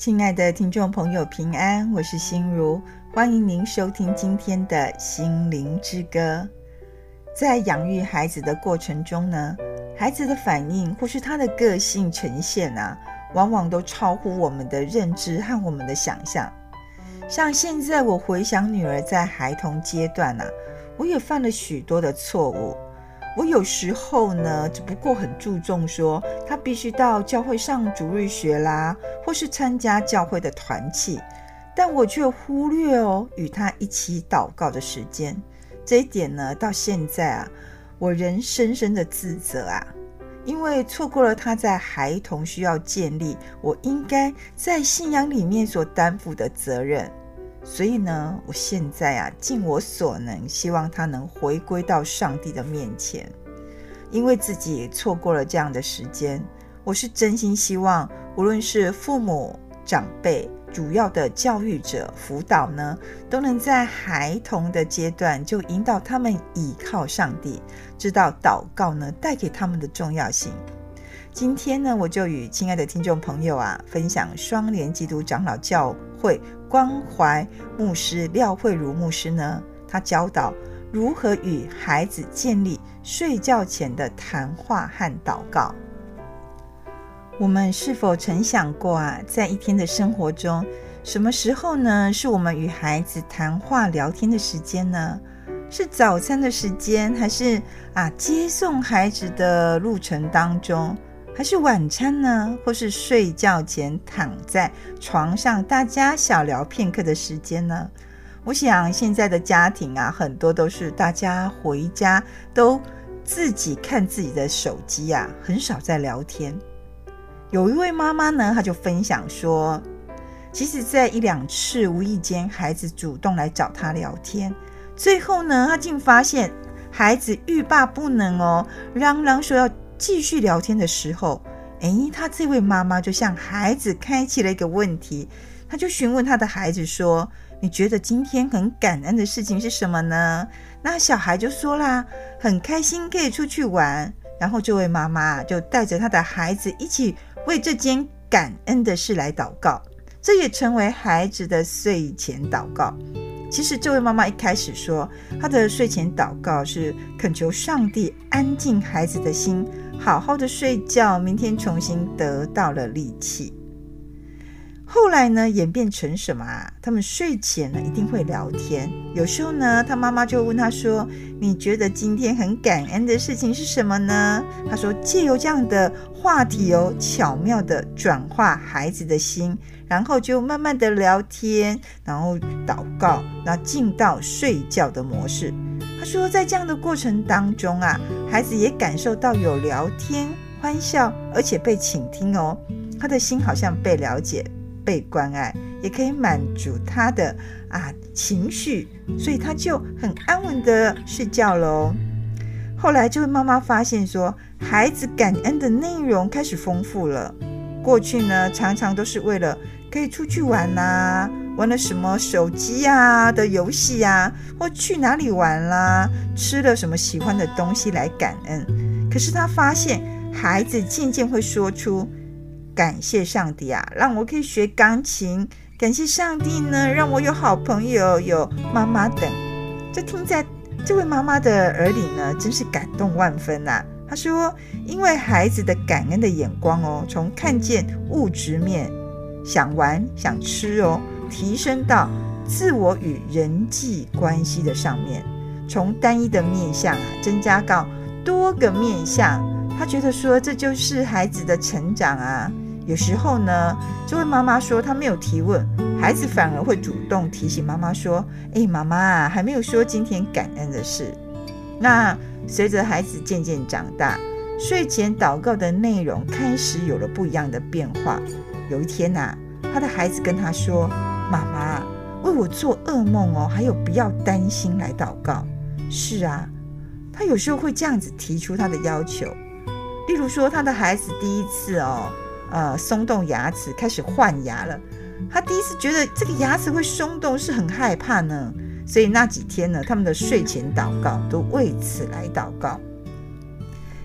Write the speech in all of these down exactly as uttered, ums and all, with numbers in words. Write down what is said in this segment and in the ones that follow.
亲爱的听众朋友平安，我是心如，欢迎您收听今天的心灵之歌。在养育孩子的过程中呢，孩子的反应或是他的个性呈现啊，往往都超乎我们的认知和我们的想象。像现在我回想女儿在孩童阶段啊，我也犯了许多的错误。我有时候呢，只不过很注重说她必须到教会上主日学啦，或是参加教会的团契，但我却忽略哦与她一起祷告的时间。这一点呢，到现在啊，我仍深深的自责啊，因为错过了她在孩童需要建立我应该在信仰里面所担负的责任。所以呢，我现在啊，尽我所能，希望他能回归到上帝的面前。因为自己错过了这样的时间，我是真心希望，无论是父母、长辈、主要的教育者、辅导呢，都能在孩童的阶段就引导他们倚靠上帝，知道祷告呢带给他们的重要性。今天呢，我就与亲爱的听众朋友啊，分享双连基督长老教会关怀牧师廖慧茹牧师呢，他教导如何与孩子建立睡觉前的谈话和祷告。我们是否曾想过啊，在一天的生活中，什么时候呢是我们与孩子谈话聊天的时间呢？是早餐的时间，还是啊接送孩子的路程当中，还是晚餐呢？或是睡觉前躺在床上大家小聊片刻的时间呢？我想现在的家庭啊，很多都是大家回家都自己看自己的手机啊，很少在聊天。有一位妈妈呢，她就分享说，其实在一两次无意间孩子主动来找她聊天，最后呢，她竟发现孩子欲罢不能哦，嚷嚷说要继续聊天的时候，诶，她这位妈妈就向孩子开启了一个问题，她就询问她的孩子说，你觉得今天很感恩的事情是什么呢？那小孩就说啦，很开心可以出去玩。然后这位妈妈就带着她的孩子一起为这件感恩的事来祷告，这也成为孩子的睡前祷告。其实这位妈妈一开始说，她的睡前祷告是恳求上帝安静孩子的心，好好的睡觉，明天重新得到了力气。后来呢，演变成什么啊？他们睡前呢一定会聊天，有时候呢，他妈妈就问他说，你觉得今天很感恩的事情是什么呢？他说，借由这样的话题哦，巧妙的转化孩子的心，然后就慢慢的聊天，然后祷告，然后进到睡觉的模式。他说，在这样的过程当中啊，孩子也感受到有聊天、欢笑，而且被倾听哦，他的心好像被了解、被关爱，也可以满足他的啊情绪，所以他就很安稳的睡觉咯。后来这位妈妈发现说，孩子感恩的内容开始丰富了。过去呢，常常都是为了可以出去玩啊，玩了什么手机啊的游戏啊，或去哪里玩啦，吃了什么喜欢的东西来感恩。可是他发现孩子渐渐会说出，感谢上帝啊，让我可以学钢琴，感谢上帝呢，让我有好朋友，有妈妈等。这听在这位妈妈的耳里呢，真是感动万分啊。她说，因为孩子的感恩的眼光哦，从看见物质面，想玩想吃哦，提升到自我与人际关系的上面，从单一的面向啊，增加到多个面向。她觉得说，这就是孩子的成长啊。有时候呢，这位妈妈说她没有提问，孩子反而会主动提醒妈妈说，诶，妈妈还没有说今天感恩的事。那随着孩子渐渐长大，睡前祷告的内容开始有了不一样的变化。有一天啊，他的孩子跟他说，妈妈，为我做噩梦哦，还有不要担心来祷告。是啊，他有时候会这样子提出他的要求。例如说，他的孩子第一次哦呃，松动牙齿，开始换牙了。他第一次觉得这个牙齿会松动，是很害怕呢。所以那几天呢，他们的睡前祷告都为此来祷告。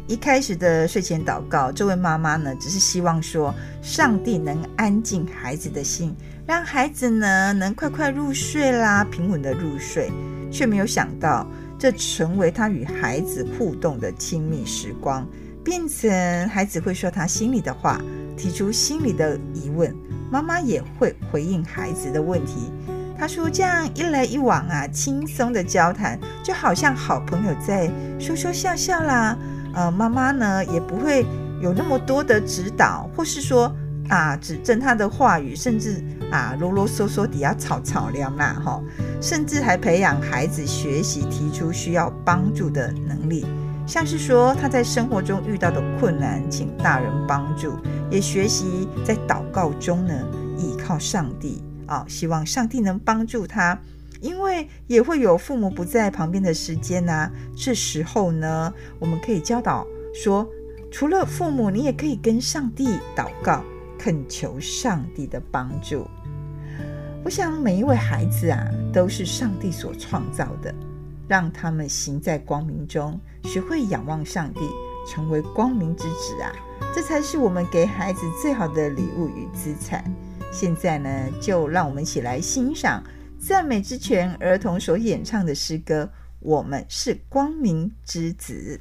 一开始的睡前祷告，这位妈妈呢，只是希望说，上帝能安静孩子的心，让孩子呢能快快入睡啦，平稳的入睡，却没有想到，这成为她与孩子互动的亲密时光，变成孩子会说他心里的话，提出心里的疑问，妈妈也会回应孩子的问题。他说这样一来一往啊，轻松的交谈，就好像好朋友在说说笑笑啦。呃，妈妈呢也不会有那么多的指导，或是说啊指正他的话语，甚至啊啰啰嗦嗦底下吵吵凉啦哈，甚至还培养孩子学习提出需要帮助的能力，像是说他在生活中遇到的困难，请大人帮助，也学习在祷告中呢依靠上帝。哦、希望上帝能帮助他，因为也会有父母不在旁边的时间啊，这时候呢我们可以教导说，除了父母，你也可以跟上帝祷告，恳求上帝的帮助。我想每一位孩子啊都是上帝所创造的，让他们行在光明中，学会仰望上帝，成为光明之子啊，这才是我们给孩子最好的礼物与资产。现在呢，就让我们一起来欣赏赞美之泉儿童所演唱的诗歌，我们是光明之子。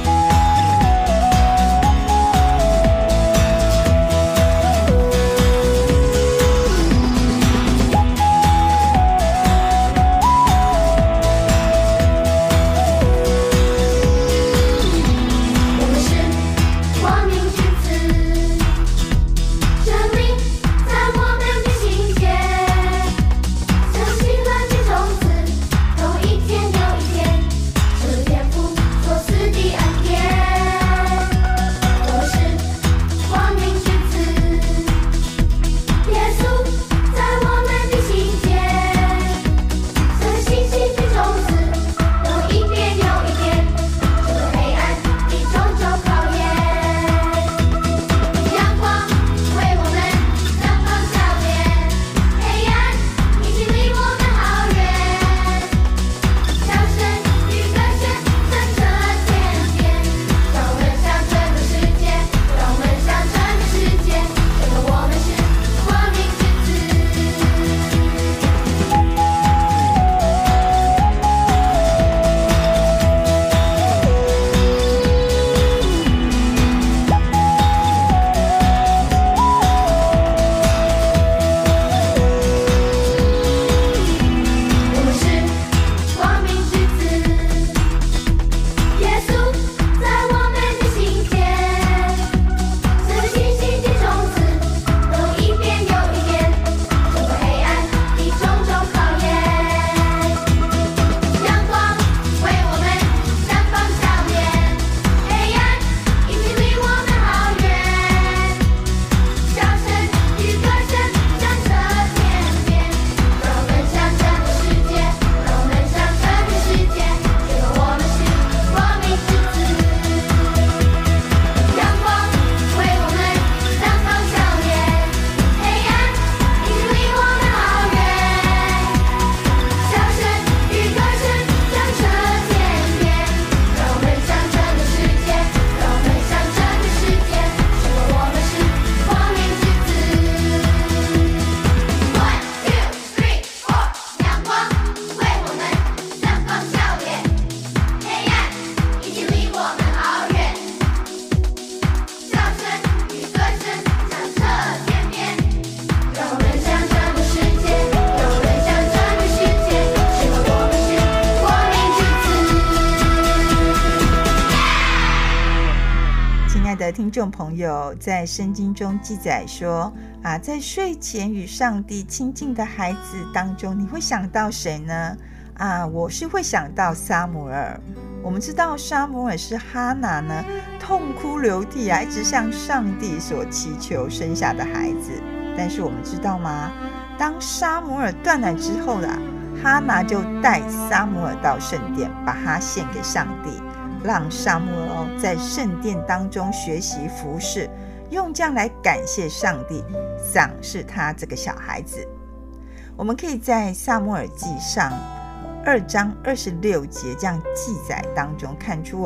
听众朋友，在圣经中记载说啊，在睡前与上帝亲近的孩子当中，你会想到谁呢？啊，我是会想到撒母耳。我们知道撒母耳是哈拿呢痛哭流涕啊，一直向上帝所祈求生下的孩子。但是我们知道吗？当撒母耳断奶之后啦，哈拿就带撒母耳到圣殿，把他献给上帝，让撒母耳在圣殿当中学习服侍，用这样来感谢上帝，赏识他这个小孩子。我们可以在撒母耳记上二章二十六节这样记载当中看出哦，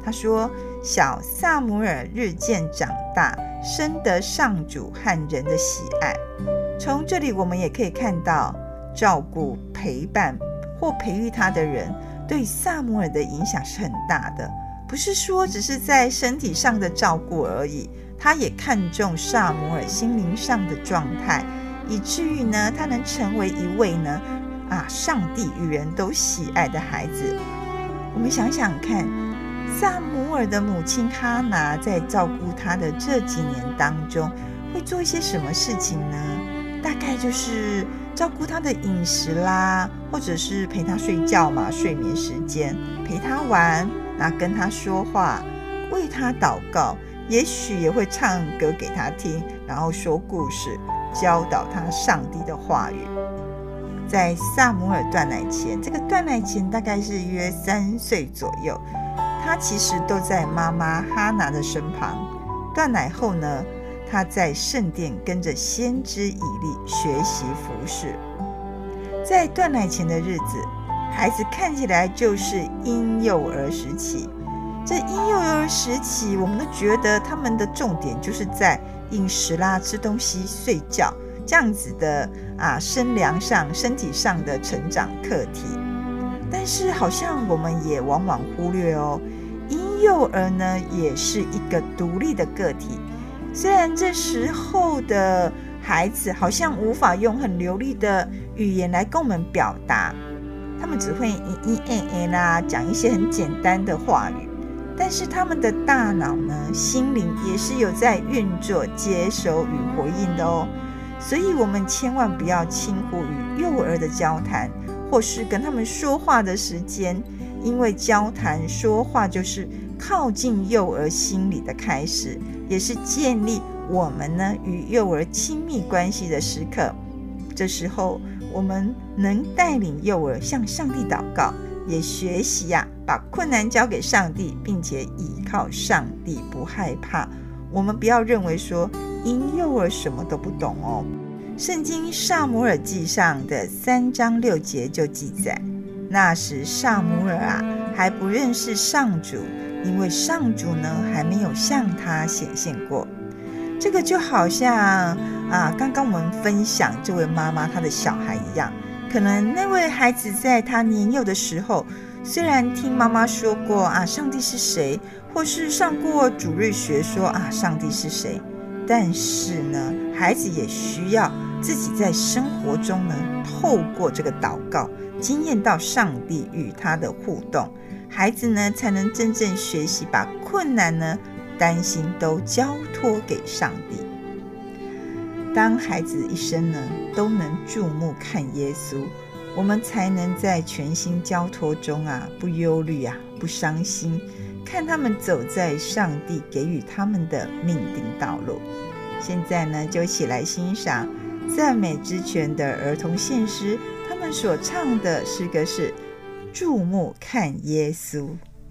他说，小撒母耳日渐长大，深得上主和人的喜爱。从这里我们也可以看到，照顾、陪伴或培育他的人对撒母耳的影响是很大的，不是说只是在身体上的照顾而已，他也看重撒母耳心灵上的状态，以至于呢，他能成为一位呢啊，上帝与人都喜爱的孩子。我们想想看，撒母耳的母亲哈拿在照顾他的这几年当中，会做一些什么事情呢？大概就是照顾他的饮食啦，或者是陪他睡觉嘛，睡眠时间，陪他玩，然后跟他说话，为他祷告，也许也会唱歌给他听，然后说故事，教导他上帝的话语。在撒母耳断奶前，这个断奶前大概是约三岁左右，他其实都在妈妈哈拿的身旁。断奶后呢，他在圣殿跟着先知以利学习服侍。在断奶前的日子，孩子看起来就是婴幼儿时期。这婴幼儿时期，我们都觉得他们的重点就是在饮食啦、吃东西、睡觉这样子的啊，身量上、身体上的成长课题。但是好像我们也往往忽略哦，婴幼儿呢也是一个独立的个体。虽然这时候的孩子好像无法用很流利的语言来跟我们表达，他们只会咿咿哎哎啦，讲一些很简单的话语，但是他们的大脑呢，心灵也是有在运作、接收与回应的哦。所以我们千万不要轻忽与幼儿的交谈，或是跟他们说话的时间，因为交谈说话就是靠近幼儿心理的开始，也是建立我们呢与幼儿亲密关系的时刻。这时候我们能带领幼儿向上帝祷告，也学习呀、啊，把困难交给上帝，并且倚靠上帝，不害怕。我们不要认为说婴幼儿什么都不懂哦。圣经撒母耳记上的三章六节就记载，那时撒母耳啊还不认识上主，因为上主呢还没有向他显现过。这个就好像啊，刚刚我们分享这位妈妈她的小孩一样，可能那位孩子在他年幼的时候，虽然听妈妈说过啊上帝是谁，或是上过主日学说啊上帝是谁，但是呢孩子也需要自己在生活中呢透过这个祷告经验到上帝与他的互动，孩子呢才能真正学习把困难呢担心都交托给上帝。当孩子一生呢都能注目看耶稣，我们才能在全心交托中啊不忧虑啊不伤心，看他们走在上帝给予他们的命定道路。现在呢就一起来欣赏赞美之泉的儿童献诗，他们所唱的诗歌是注目看耶稣。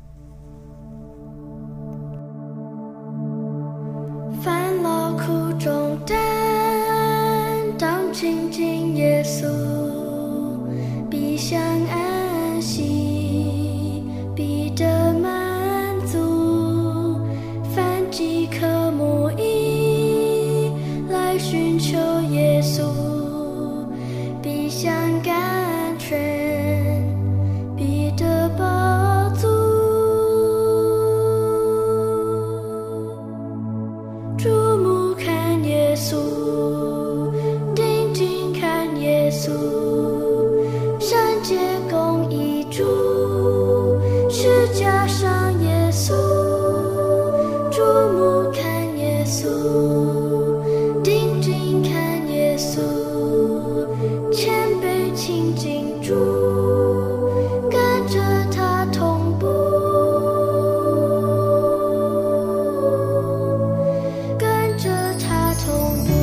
烦恼苦重担，当亲近耶稣，必享安息，必得满足。凡饥渴慕义，来寻求耶稣，必享甘泉，必得饱足。注目看耶稣，定睛看耶稣，善解公义主，是加上耶稣。注目看耶稣，定睛看耶稣，谦卑亲近主，跟着他同步，跟着他同步。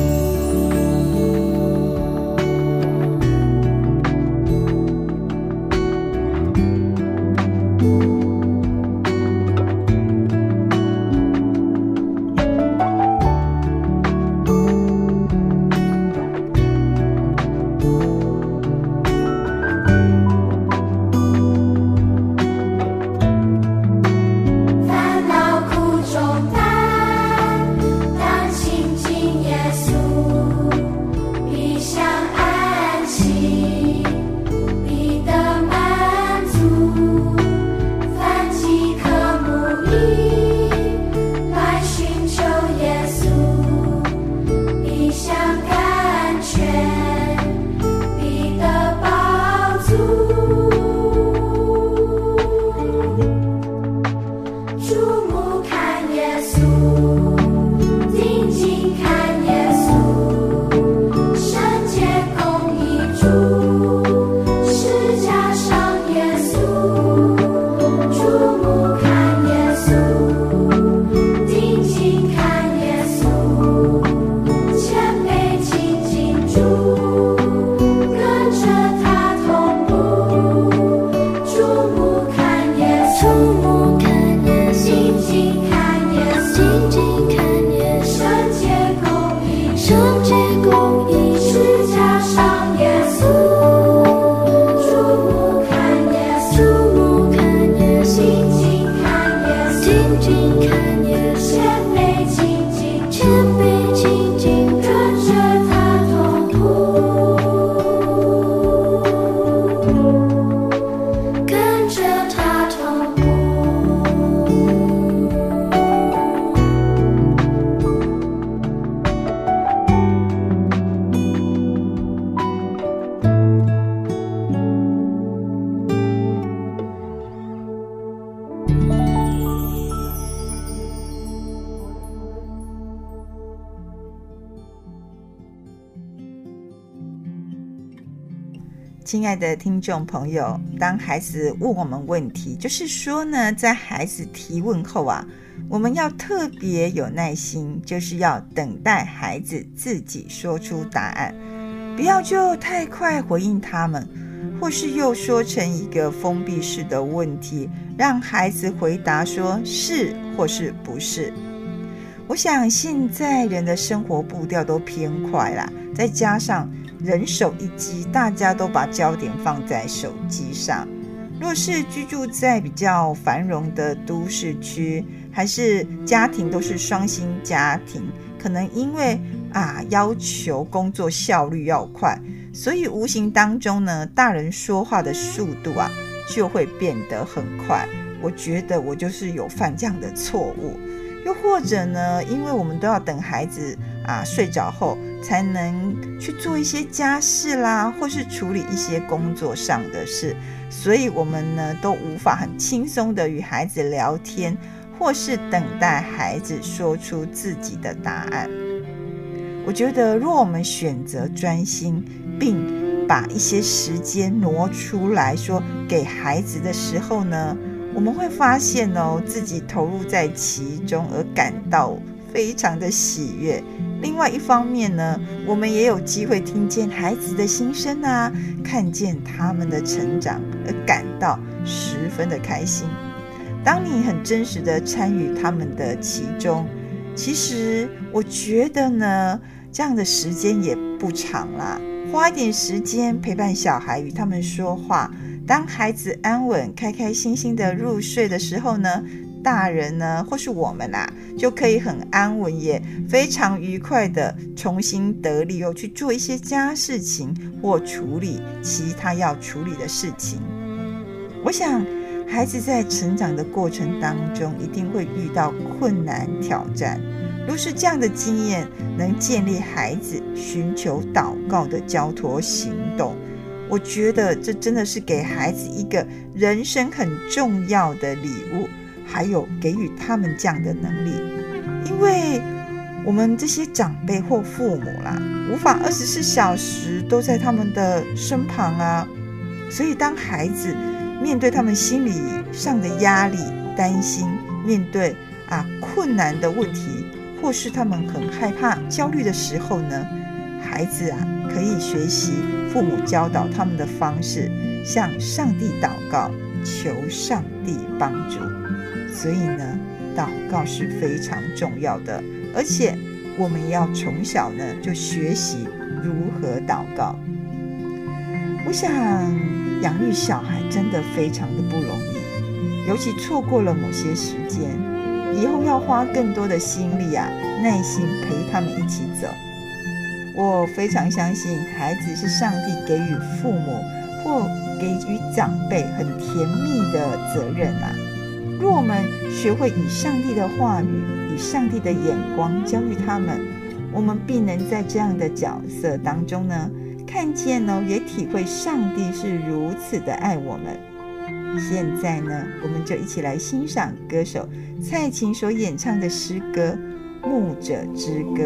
亲爱的听众朋友，当孩子问我们问题，就是说呢，在孩子提问后啊，我们要特别有耐心，就是要等待孩子自己说出答案，不要就太快回应他们，或是又说成一个封闭式的问题，让孩子回答说是或是不是。我想现在人的生活步调都偏快啦，再加上人手一机，大家都把焦点放在手机上。若是居住在比较繁荣的都市区，还是家庭都是双薪家庭，可能因为啊要求工作效率要快，所以无形当中呢，大人说话的速度啊就会变得很快。我觉得我就是有犯这样的错误。又或者呢，因为我们都要等孩子啊睡着后才能去做一些家事啦，或是处理一些工作上的事，所以我们呢都无法很轻松的与孩子聊天，或是等待孩子说出自己的答案。我觉得若我们选择专心，并把一些时间挪出来说给孩子的时候呢，我们会发现哦，自己投入在其中而感到非常的喜悦。另外一方面呢，我们也有机会听见孩子的心声啊，看见他们的成长，而感到十分的开心。当你很真实的参与他们的其中，其实我觉得呢，这样的时间也不长啦，花一点时间陪伴小孩，与他们说话。当孩子安稳开开心心的入睡的时候呢，大人呢或是我们啊，就可以很安稳也非常愉快的重新得力哦，去做一些家事情或处理其他要处理的事情。我想孩子在成长的过程当中一定会遇到困难挑战，若是这样的经验能建立孩子寻求祷告的交托行动，我觉得这真的是给孩子一个人生很重要的礼物，还有给予他们这样的能力。因为我们这些长辈或父母啦，无法二十四小时都在他们的身旁啊，所以当孩子面对他们心理上的压力、担心，面对啊困难的问题，或是他们很害怕、焦虑的时候呢，孩子啊可以学习父母教导他们的方式，向上帝祷告，求上帝帮助。所以呢，祷告是非常重要的，而且我们也要从小呢就学习如何祷告。我想养育小孩真的非常的不容易，尤其错过了某些时间，以后要花更多的心力啊，耐心陪他们一起走。我非常相信孩子是上帝给予父母或给予长辈很甜蜜的责任啊。若我们学会以上帝的话语、以上帝的眼光教育他们，我们必能在这样的角色当中呢，看见呢，也体会上帝是如此的爱我们。现在呢，我们就一起来欣赏歌手蔡琴所演唱的诗歌《牧者之歌》。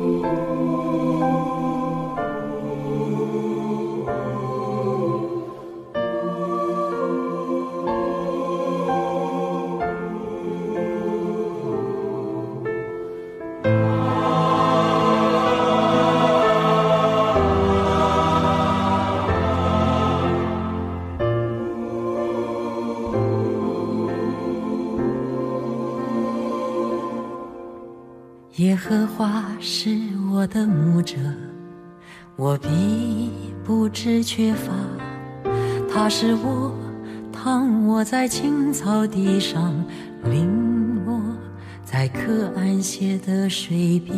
耶和华是我的牧者，我必不致缺乏。他使我躺卧在青草地上，领我在可安歇的水边。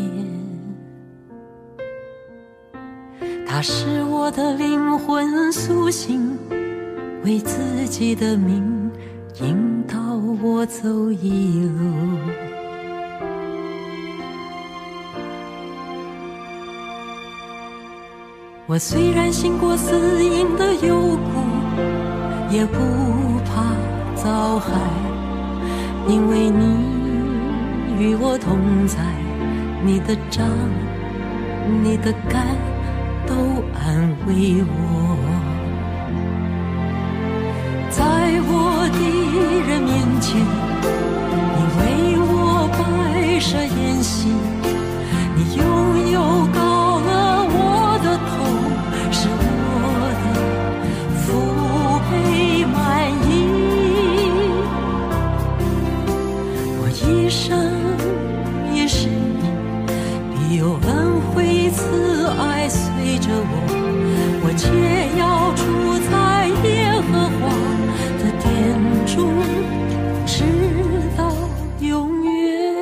他使我的灵魂苏醒，为自己的名引导我走一路。我虽然行过死荫的幽谷，也不怕遭害，因为你与我同在，你的杖你的竿都安慰我。 随着我，我且要住在耶和华的殿中，直到永远。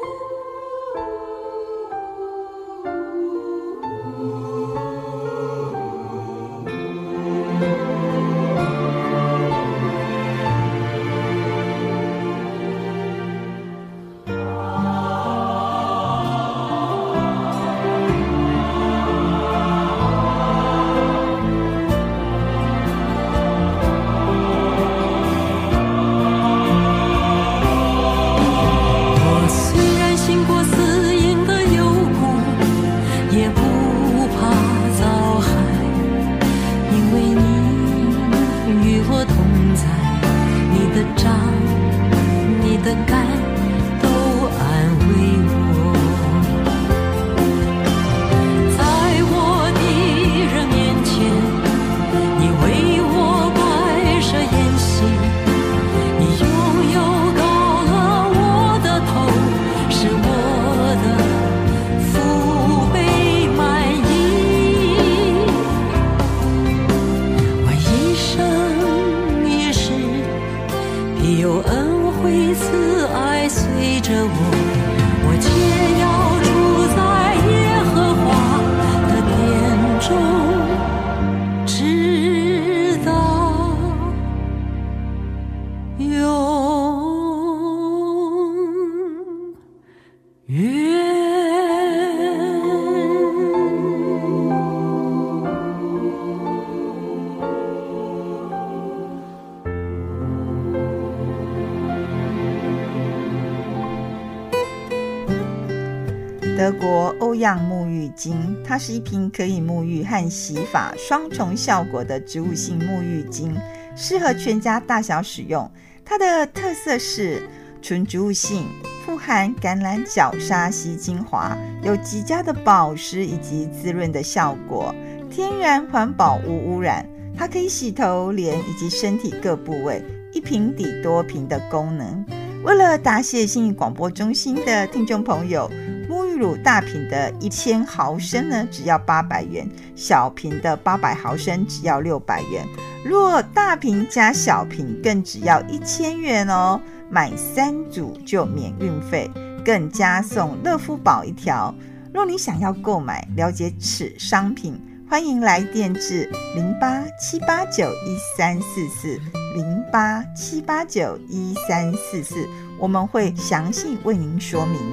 德国欧漾沐浴精，它是一瓶可以沐浴和洗发双重效果的植物性沐浴精，适合全家大小使用。它的特色是纯植物性，富含橄榄角鲨烯精华，有极佳的保湿以及滋润的效果，天然环保无污染。它可以洗头、脸以及身体各部位，一瓶抵多瓶的功能。为了答谢信义广播中心的听众朋友，沐浴乳大瓶的一千毫升呢，只要八百元，小瓶的八百毫升只要六百元。若大瓶加小瓶更只要一千元哦，买三组就免运费，更加送乐肤宝一条。若你想要购买了解此商品，欢迎来电至零八七八九一三四四零八七八九一三四四，我们会详细为您说明。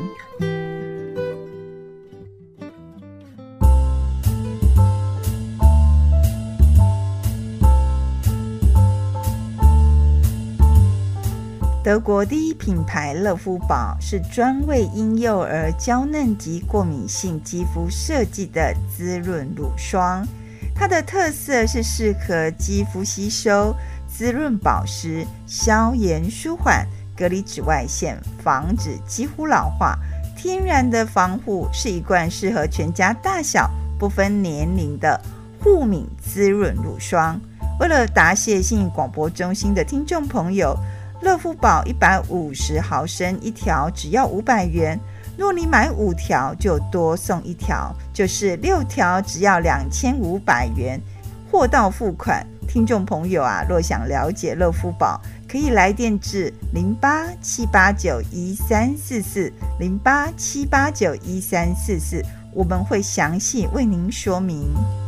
德国第一品牌乐肤宝是专为婴幼儿娇嫩及过敏性肌肤设计的滋润乳霜，它的特色是适合肌肤吸收、滋润保湿、消炎舒缓、隔离紫外线、防止肌肤老化，天然的防护，是一罐适合全家大小不分年龄的护敏滋润乳霜。为了答谢信义广播中心的听众朋友，乐肤宝一百五十毫升一条只要五百元，若你买五条就多送一条，就是六条只要两千五百元，货到付款。听众朋友啊，若想了解乐肤宝，可以来电至零八七八九一三四四零八七八九一三四四，我们会详细为您说明。